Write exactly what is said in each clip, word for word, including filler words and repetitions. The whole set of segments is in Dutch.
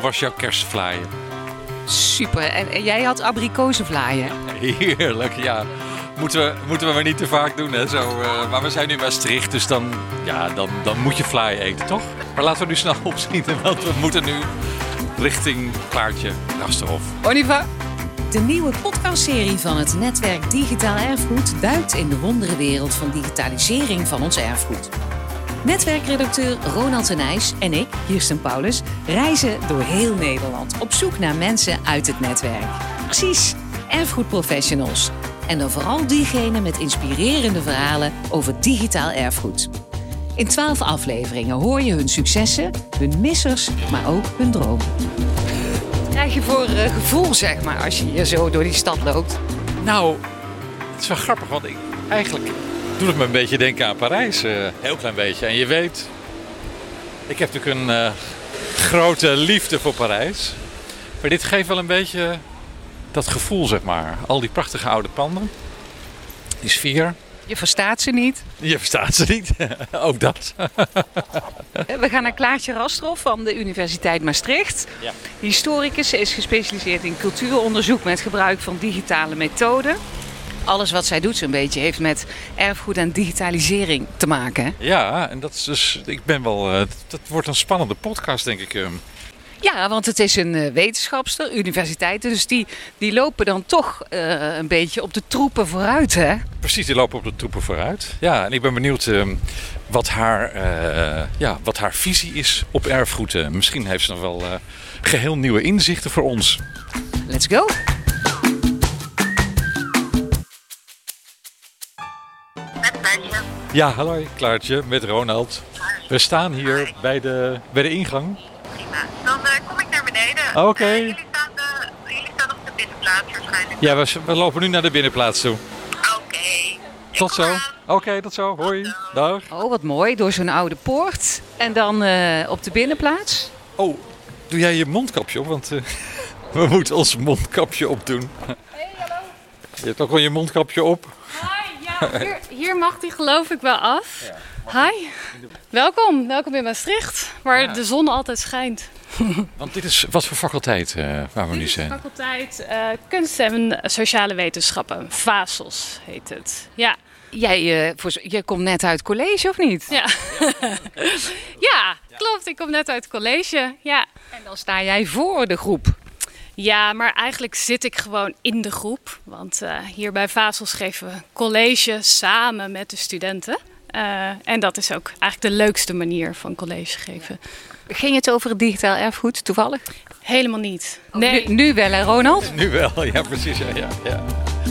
Hoe was jouw kerstflyer? Super. En, en jij had abrikozenvlaaien. Heerlijk, ja. Moeten we, moeten we maar niet te vaak doen, hè? Zo, uh, maar we zijn nu in Maastricht, dus dan, ja, dan, dan moet je fly eten, toch? Maar laten we nu snel opschieten, want we moeten nu richting Klaartje Rasterhof. Oliver. De nieuwe podcastserie van het netwerk Digitaal Erfgoed duikt in de wonderenwereld van digitalisering van ons erfgoed. Netwerkredacteur Ronald de Nijs en ik, Kirsten Paulus, reizen door heel Nederland op zoek naar mensen uit het netwerk. Precies, erfgoedprofessionals. En dan vooral diegenen met inspirerende verhalen over digitaal erfgoed. In twaalf afleveringen hoor je hun successen, hun missers, maar ook hun dromen. Wat krijg je voor uh, gevoel, zeg maar, als je hier zo door die stad loopt? Nou, het is wel grappig, want ik, eigenlijk doet het me een beetje denken aan Parijs. Een uh, heel klein beetje. En je weet, ik heb natuurlijk een uh, grote liefde voor Parijs. Maar dit geeft wel een beetje dat gevoel, zeg maar. Al die prachtige oude panden. Die sfeer. Je verstaat ze niet. Je verstaat ze niet. Ook dat. We gaan naar Klaartje Rasterhof van de Universiteit Maastricht. Ja. Historicus, ze is gespecialiseerd in cultuuronderzoek met gebruik van digitale methoden. Alles wat zij doet zo'n beetje heeft met erfgoed en digitalisering te maken. Hè? Ja, en dat is dus, ik ben wel, uh, dat wordt een spannende podcast, denk ik. Um. Ja, want het is een uh, wetenschapster, universiteiten, dus die, die lopen dan toch uh, een beetje op de troepen vooruit, hè? Precies, die lopen op de troepen vooruit. Ja, en ik ben benieuwd uh, wat, haar, uh, ja, wat haar visie is op erfgoed. Uh, misschien heeft ze nog wel uh, geheel nieuwe inzichten voor ons. Let's go! Met Klaartje. Ja, hallo Klaartje, met Ronald. We staan hier bij de, bij de ingang. Prima. Dan uh, kom ik naar beneden. Oké. Okay. Uh, jullie, staan de, jullie staan op de binnenplaats waarschijnlijk. Ja, we, we lopen nu naar de binnenplaats toe. Oké. Okay. Tot zo. Oké, okay, tot zo. Hoi. Tot zo. Dag. Oh, wat mooi. Door zo'n oude poort. En dan uh, op de binnenplaats. Oh, doe jij je mondkapje op? Want uh, we moeten ons mondkapje opdoen. Hey, hallo. Je hebt ook wel je mondkapje op. Hi, ja, hier, hier mag die geloof ik wel af. Ja. Hi, welkom. Welkom in Maastricht, waar ja. de zon altijd schijnt. Want dit is, wat voor faculteit uh, waar we dit nu zijn? Dit is faculteit uh, Kunst en Sociale Wetenschappen. VASOS heet het, ja. Jij uh, voor, je komt net uit college, of niet? Ja. Ja, klopt. Ik kom net uit college, ja. En dan sta jij voor de groep. Ja, maar eigenlijk zit ik gewoon in de groep. Want uh, hier bij VASOS geven we college samen met de studenten. Uh, en dat is ook eigenlijk de leukste manier van college geven. Ging het over het digitaal erfgoed toevallig? Helemaal niet. Oh, nee. Nu, nu wel hè, Ronald? Nu wel, ja precies. Ja, ja, ja.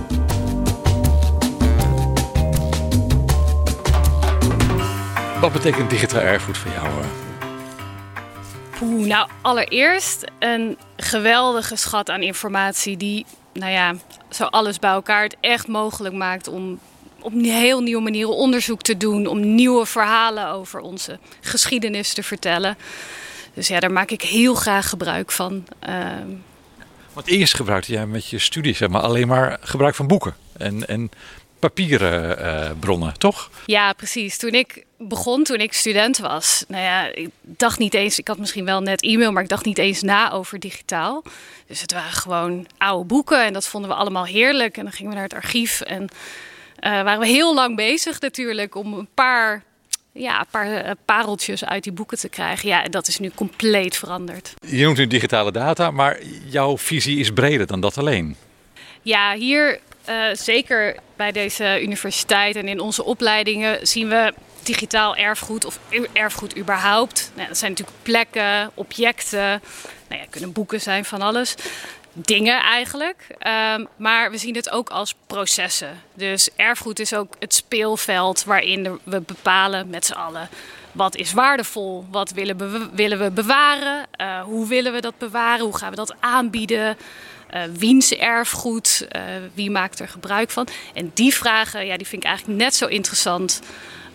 Wat betekent digitaal erfgoed voor jou? Oeh, nou, allereerst een geweldige schat aan informatie die, nou ja, zo alles bij elkaar het echt mogelijk maakt om op een heel nieuwe manieren onderzoek te doen, om nieuwe verhalen over onze geschiedenis te vertellen. Dus ja, daar maak ik heel graag gebruik van. Uh... Want eerst gebruikte jij met je studie zeg maar, alleen maar gebruik van boeken en, en papieren uh, bronnen, toch? Ja, precies. Toen ik begon, toen ik student was, nou ja, ik dacht niet eens, ik had misschien wel net e-mail, maar ik dacht niet eens na over digitaal. Dus het waren gewoon oude boeken en dat vonden we allemaal heerlijk. En dan gingen we naar het archief en uh, waren we heel lang bezig natuurlijk om een paar, ja, een paar uh, pareltjes uit die boeken te krijgen. Ja, en dat is nu compleet veranderd. Je noemt nu digitale data, maar jouw visie is breder dan dat alleen. Ja, hier uh, zeker bij deze universiteit en in onze opleidingen zien we digitaal erfgoed of erfgoed überhaupt. Nou, dat zijn natuurlijk plekken, objecten, nou ja, kunnen boeken zijn, van alles. Dingen eigenlijk. Um, maar we zien het ook als processen. Dus erfgoed is ook het speelveld waarin we bepalen met z'n allen wat is waardevol, wat willen we, willen we bewaren, uh, hoe willen we dat bewaren, hoe gaan we dat aanbieden. Uh, wiens erfgoed, uh, wie maakt er gebruik van? En die vragen, ja, die vind ik eigenlijk net zo interessant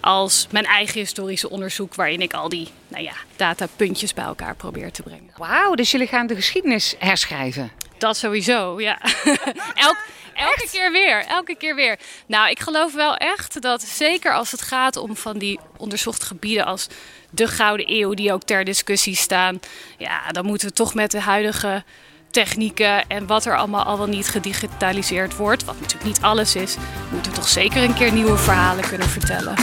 als mijn eigen historische onderzoek, waarin ik al die nou ja, datapuntjes bij elkaar probeer te brengen. Wauw, dus jullie gaan de geschiedenis herschrijven? Dat sowieso, ja. Elk, elke keer weer, elke keer weer. Nou, ik geloof wel echt dat zeker als het gaat om van die onderzochte gebieden als de Gouden Eeuw, die ook ter discussie staan, ja, dan moeten we toch met de huidige technieken en wat er allemaal al wel niet gedigitaliseerd wordt, wat natuurlijk niet alles is, moeten we toch zeker een keer nieuwe verhalen kunnen vertellen.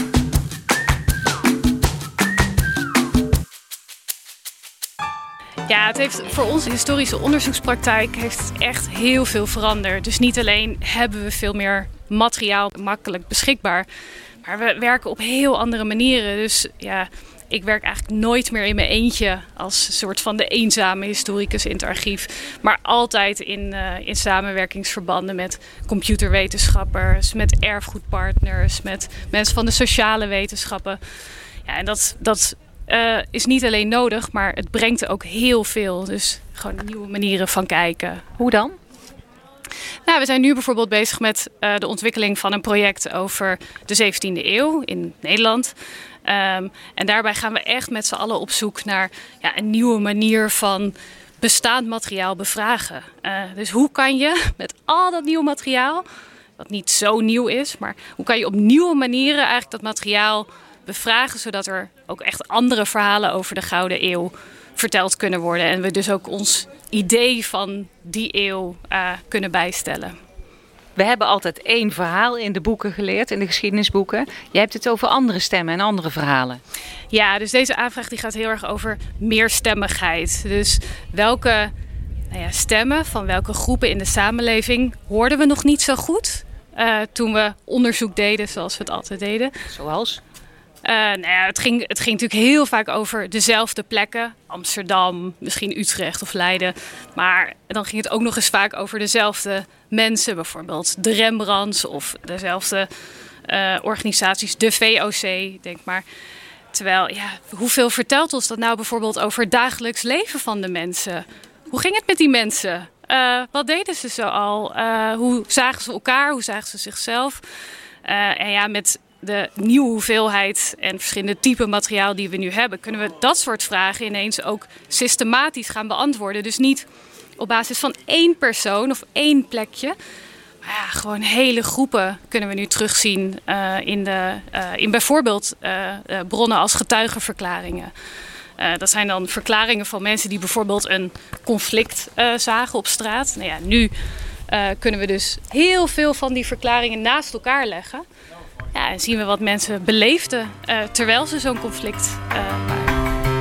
Ja, het heeft voor onze historische onderzoekspraktijk heeft het echt heel veel veranderd. Dus niet alleen hebben we veel meer materiaal makkelijk beschikbaar, maar we werken op heel andere manieren. Dus ja, ik werk eigenlijk nooit meer in mijn eentje als een soort van de eenzame historicus in het archief. Maar altijd in, uh, in samenwerkingsverbanden met computerwetenschappers, met erfgoedpartners, met mensen van de sociale wetenschappen. Ja, en dat, dat uh, is niet alleen nodig, maar het brengt ook heel veel. Dus gewoon nieuwe manieren van kijken. Hoe dan? Nou, we zijn nu bijvoorbeeld bezig met uh, de ontwikkeling van een project over de zeventiende eeuw in Nederland. Um, en daarbij gaan we echt met z'n allen op zoek naar ja, een nieuwe manier van bestaand materiaal bevragen. Uh, dus hoe kan je met al dat nieuw materiaal, wat niet zo nieuw is, maar hoe kan je op nieuwe manieren eigenlijk dat materiaal bevragen, zodat er ook echt andere verhalen over de Gouden Eeuw verteld kunnen worden. En we dus ook ons idee van die eeuw uh, kunnen bijstellen. We hebben altijd één verhaal in de boeken geleerd, in de geschiedenisboeken. Je hebt het over andere stemmen en andere verhalen. Ja, dus deze aanvraag die gaat heel erg over meerstemmigheid. Dus welke nou ja, stemmen van welke groepen in de samenleving hoorden we nog niet zo goed uh, toen we onderzoek deden zoals we het altijd deden. Zoals? Uh, nou ja, het, ging, het ging natuurlijk heel vaak over dezelfde plekken. Amsterdam, misschien Utrecht of Leiden. Maar dan ging het ook nog eens vaak over dezelfde mensen. Bijvoorbeeld de Rembrandts of dezelfde uh, organisaties. De V O C, denk maar. Terwijl, ja, hoeveel vertelt ons dat nou bijvoorbeeld over het dagelijks leven van de mensen? Hoe ging het met die mensen? Uh, wat deden ze zo al? Uh, hoe zagen ze elkaar? Hoe zagen ze zichzelf? Uh, en ja, met de nieuwe hoeveelheid en verschillende typen materiaal die we nu hebben, kunnen we dat soort vragen ineens ook systematisch gaan beantwoorden. Dus niet op basis van één persoon of één plekje. Maar ja, gewoon hele groepen kunnen we nu terugzien uh, in, de, uh, in bijvoorbeeld uh, uh, bronnen als getuigenverklaringen. Uh, dat zijn dan verklaringen van mensen die bijvoorbeeld een conflict uh, zagen op straat. Nou ja, nu uh, kunnen we dus heel veel van die verklaringen naast elkaar leggen. Ja, en zien we wat mensen beleefden uh, terwijl ze zo'n conflict uh, waren.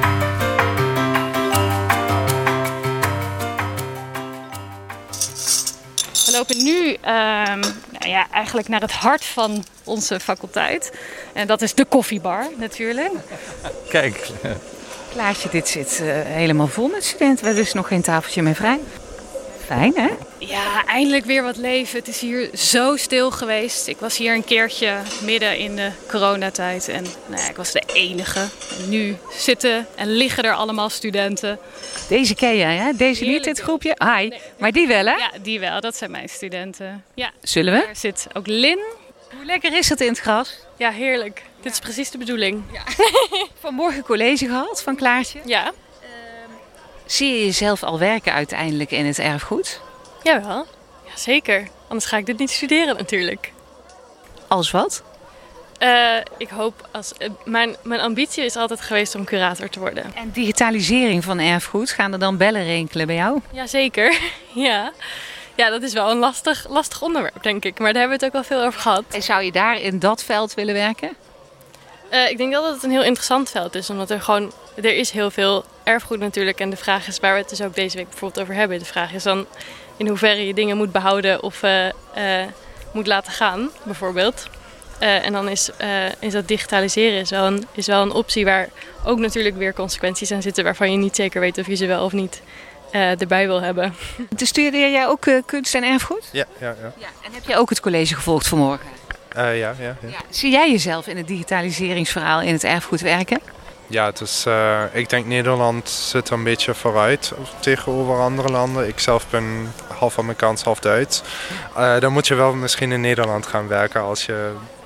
We lopen nu uh, nou ja, eigenlijk naar het hart van onze faculteit. En dat is de koffiebar natuurlijk. Kijk. Klaartje, dit zit uh, helemaal vol met studenten. Er is nog geen tafeltje meer vrij. Fijn, hè? Ja, eindelijk weer wat leven. Het is hier zo stil geweest. Ik was hier een keertje midden in de coronatijd en nou ja, ik was de enige. En nu zitten en liggen er allemaal studenten. Deze ken jij, hè? Deze Heerlijk. niet, dit groepje? Hi. Nee. Maar die wel, hè? Ja, die wel. Dat zijn mijn studenten. Ja. Zullen we? Daar zit ook Lin. Hoe lekker is het in het gras? Ja, heerlijk. Ja. Dit is precies de bedoeling. Ja. Vanmorgen college gehad van Klaartje. Ja. Zie je jezelf al werken uiteindelijk in het erfgoed? Jawel, ja, zeker. Anders ga ik dit niet studeren natuurlijk. Als wat? Uh, ik hoop, als, uh, mijn, mijn ambitie is altijd geweest om curator te worden. En digitalisering van erfgoed, gaan er dan bellen rinkelen bij jou? Jazeker, ja. Ja, dat is wel een lastig, lastig onderwerp, denk ik. Maar daar hebben we het ook wel veel over gehad. En zou je daar in dat veld willen werken? Uh, ik denk wel dat het een heel interessant veld is, omdat er gewoon, er is heel veel erfgoed natuurlijk. En de vraag is, waar we het dus ook deze week bijvoorbeeld over hebben. De vraag is dan in hoeverre je dingen moet behouden of uh, uh, moet laten gaan, bijvoorbeeld. Uh, en dan is, uh, is dat digitaliseren is wel, een, is wel een optie waar ook natuurlijk weer consequenties aan zitten, waarvan je niet zeker weet of je ze wel of niet uh, erbij wil hebben. Dus studeer jij ook uh, kunst en erfgoed? Ja, ja, ja. ja. En heb je ook het college gevolgd vanmorgen? Uh, ja, ja, ja. ja. Zie jij jezelf in het digitaliseringsverhaal in het erfgoed werken? Ja, het is, uh, ik denk Nederland zit er een beetje vooruit tegenover andere landen. Ik zelf ben half Amerikaans, half Duits. Uh, dan moet je wel misschien in Nederland gaan werken als je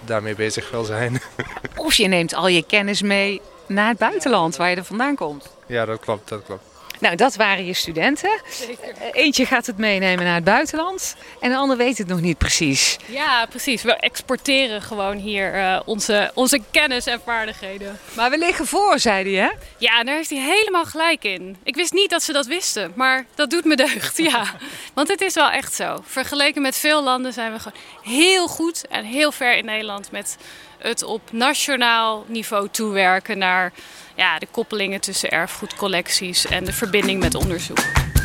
daarmee bezig wil zijn. Of je neemt al je kennis mee naar het buitenland, waar je er vandaan komt. Ja, dat klopt, dat klopt. Nou, dat waren je studenten. Eentje gaat het meenemen naar het buitenland en de ander weet het nog niet precies. Ja, precies. We exporteren gewoon hier uh, onze, onze kennis en vaardigheden. Maar we liggen voor, zei hij, hè? Ja, en daar heeft hij helemaal gelijk in. Ik wist niet dat ze dat wisten, maar dat doet me deugd, ja. Want het is wel echt zo. Vergeleken met veel landen zijn we gewoon heel goed en heel ver in Nederland met het op nationaal niveau toewerken naar ja, de koppelingen tussen erfgoedcollecties en de verbinding met onderzoek.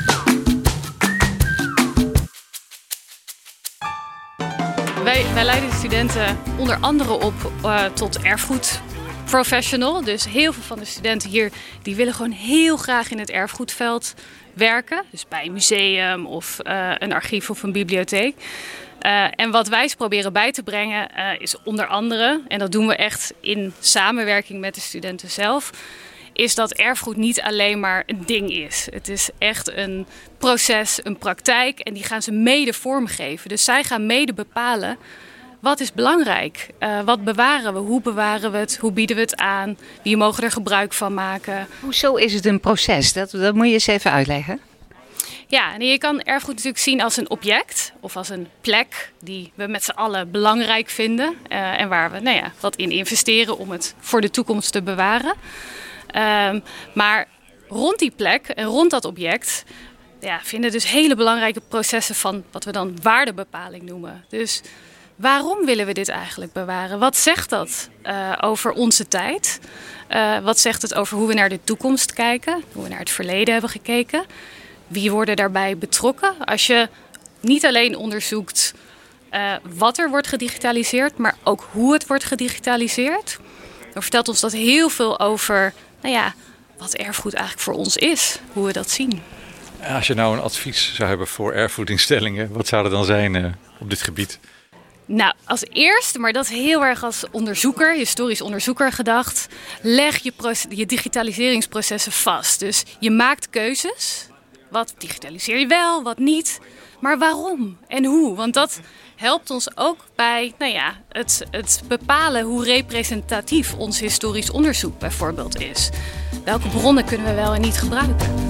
Wij, wij leiden de studenten onder andere op uh, tot erfgoedprofessional. Dus heel veel van de studenten hier die willen gewoon heel graag in het erfgoedveld werken. Dus bij een museum of uh, een archief of een bibliotheek. Uh, en wat wij ze proberen bij te brengen uh, is onder andere, en dat doen we echt in samenwerking met de studenten zelf, is dat erfgoed niet alleen maar een ding is. Het is echt een proces, een praktijk en die gaan ze mede vormgeven. Dus zij gaan mede bepalen wat is belangrijk, uh, wat bewaren we, hoe bewaren we het, hoe bieden we het aan, wie mogen er gebruik van maken. Hoezo is het een proces? Dat, dat moet je eens even uitleggen. Ja, en je kan erfgoed natuurlijk zien als een object of als een plek die we met z'n allen belangrijk vinden. Uh, en waar we nou ja, wat in investeren om het voor de toekomst te bewaren. Um, maar rond die plek en rond dat object ja, vinden dus hele belangrijke processen van wat we dan waardebepaling noemen. Dus waarom willen we dit eigenlijk bewaren? Wat zegt dat uh, over onze tijd? Uh, wat zegt het over hoe we naar de toekomst kijken? Hoe we naar het verleden hebben gekeken? Wie worden daarbij betrokken? Als je niet alleen onderzoekt uh, wat er wordt gedigitaliseerd, maar ook hoe het wordt gedigitaliseerd, dan vertelt ons dat heel veel over nou ja, wat erfgoed eigenlijk voor ons is, hoe we dat zien. Als je nou een advies zou hebben voor erfgoedinstellingen, wat zou er dan zijn uh, op dit gebied? Nou, als eerste, maar dat is heel erg als onderzoeker, historisch onderzoeker gedacht, leg je, proces, je digitaliseringsprocessen vast. Dus je maakt keuzes. Wat digitaliseer je wel, wat niet. Maar waarom en hoe? Want dat helpt ons ook bij nou ja, het, het bepalen hoe representatief ons historisch onderzoek bijvoorbeeld is. Welke bronnen kunnen we wel en niet gebruiken?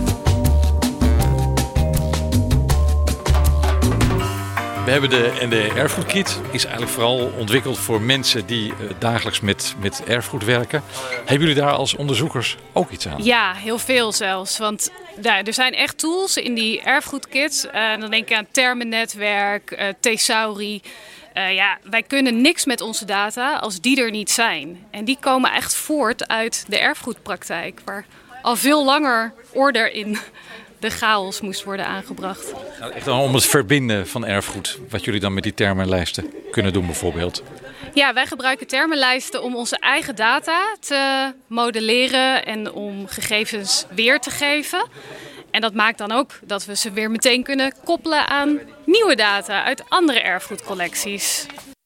We hebben de N D R Erfgoedkit. Is eigenlijk vooral ontwikkeld voor mensen die uh, dagelijks met, met erfgoed werken. Hebben jullie daar als onderzoekers ook iets aan? Ja, heel veel zelfs. Want nou, er zijn echt tools in die erfgoedkit. Uh, dan denk ik aan termennetwerk, uh, Thesauri. Uh, ja, wij kunnen niks met onze data als die er niet zijn. En die komen echt voort uit de erfgoedpraktijk. Waar al veel langer orde in de chaos moest worden aangebracht. Nou, echt om het verbinden van erfgoed. Wat jullie dan met die termenlijsten kunnen doen bijvoorbeeld. Ja, wij gebruiken termenlijsten om onze eigen data te modelleren en om gegevens weer te geven. En dat maakt dan ook dat we ze weer meteen kunnen koppelen aan nieuwe data uit andere erfgoedcollecties.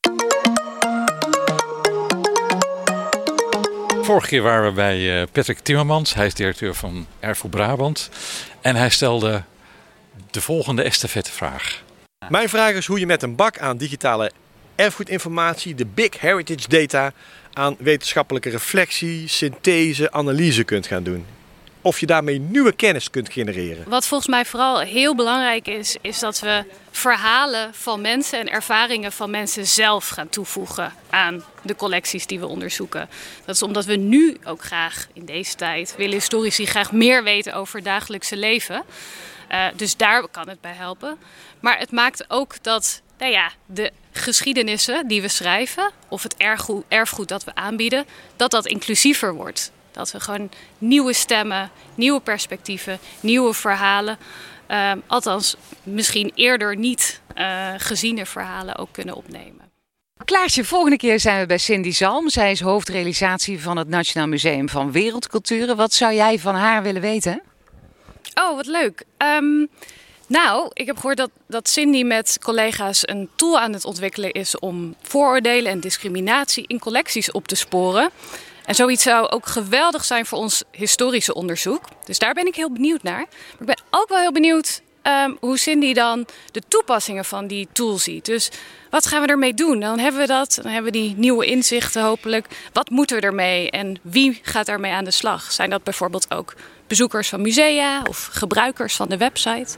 Vorige keer waren we bij Patrick Timmermans. Hij is directeur van Erfgoed Brabant. En hij stelde de volgende estafettevraag. Mijn vraag is hoe je met een bak aan digitale erfgoedinformatie, de Big Heritage Data, aan wetenschappelijke reflectie, synthese, analyse kunt gaan doen. Of je daarmee nieuwe kennis kunt genereren. Wat volgens mij vooral heel belangrijk is, is dat we verhalen van mensen en ervaringen van mensen zelf gaan toevoegen aan de collecties die we onderzoeken. Dat is omdat we nu ook graag in deze tijd willen historici graag meer weten over het dagelijkse leven. Uh, dus daar kan het bij helpen. Maar het maakt ook dat nou ja, de geschiedenissen die we schrijven of het erfgoed, erfgoed dat we aanbieden, dat dat inclusiever wordt. Dat we gewoon nieuwe stemmen, nieuwe perspectieven, nieuwe verhalen, uh, althans misschien eerder niet uh, geziene verhalen ook kunnen opnemen. Klaartje, volgende keer zijn we bij Cindy Zalm. Zij is hoofdrealisatie van het Nationaal Museum van Wereldculturen. Wat zou jij van haar willen weten? Oh, wat leuk. Um, nou, ik heb gehoord dat, dat Cindy met collega's een tool aan het ontwikkelen is om vooroordelen en discriminatie in collecties op te sporen. En zoiets zou ook geweldig zijn voor ons historische onderzoek. Dus daar ben ik heel benieuwd naar. Maar ik ben ook wel heel benieuwd um, hoe Cindy dan de toepassingen van die tool ziet. Dus wat gaan we ermee doen? Dan hebben we dat, dan hebben we die nieuwe inzichten hopelijk. Wat moeten we ermee en wie gaat ermee aan de slag? Zijn dat bijvoorbeeld ook bezoekers van musea of gebruikers van de website?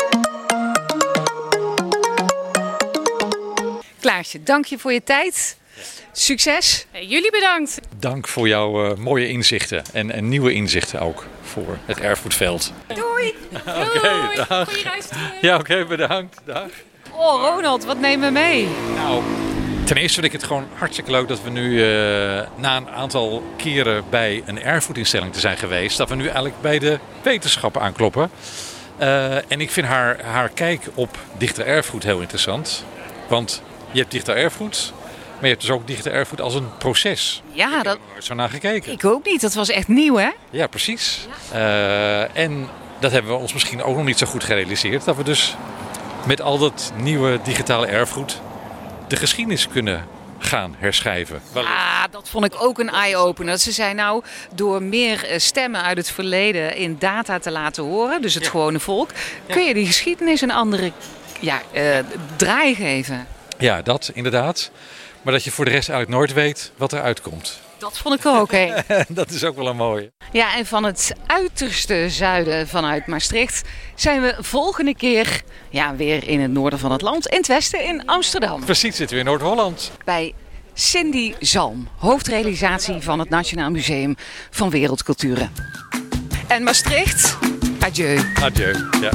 Klaartje, dank je voor je tijd. Succes. Hey, jullie bedankt. Dank voor jouw uh, mooie inzichten en, en nieuwe inzichten ook voor het erfgoedveld. Doei. Oké, okay, dag. Goeie reis terug. Ja, oké, okay, bedankt. Dag. Oh, Ronald, wat nemen we mee? Nou, ten eerste vind ik het gewoon hartstikke leuk dat we nu uh, na een aantal keren bij een erfgoedinstelling te zijn geweest, dat we nu eigenlijk bij de wetenschap aankloppen. Uh, en ik vind haar, haar kijk op digitaal erfgoed heel interessant. Want je hebt digitaal erfgoed, maar je hebt dus ook digitaal erfgoed als een proces. Ja, ik heb dat... er nooit zo naar gekeken. Ik ook niet, dat was echt nieuw, hè? Ja, precies. Ja. Uh, en dat hebben we ons misschien ook nog niet zo goed gerealiseerd. Dat we dus met al dat nieuwe digitale erfgoed de geschiedenis kunnen gaan herschrijven. Ah, dat vond ik ook een eye-opener. Ze zei nou, door meer stemmen uit het verleden in data te laten horen, dus het ja. gewone volk, ja. kun je die geschiedenis een andere ja, uh, draai geven. Ja, dat inderdaad. Maar dat je voor de rest eigenlijk nooit weet wat er uitkomt. Dat vond ik ook, hè. Dat is ook wel een mooie. Ja, en van het uiterste zuiden vanuit Maastricht zijn we volgende keer ja, weer in het noorden van het land. In het westen, in Amsterdam. Precies, zitten we in Noord-Holland. Bij Cindy Zalm, hoofdrealisatie van het Nationaal Museum van Wereldculturen. En Maastricht, adieu. Adieu, ja.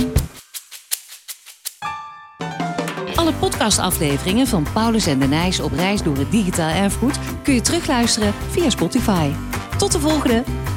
Alle podcastafleveringen van Paulus en de Nijs op reis door het digitaal erfgoed kun je terugluisteren via Spotify. Tot de volgende!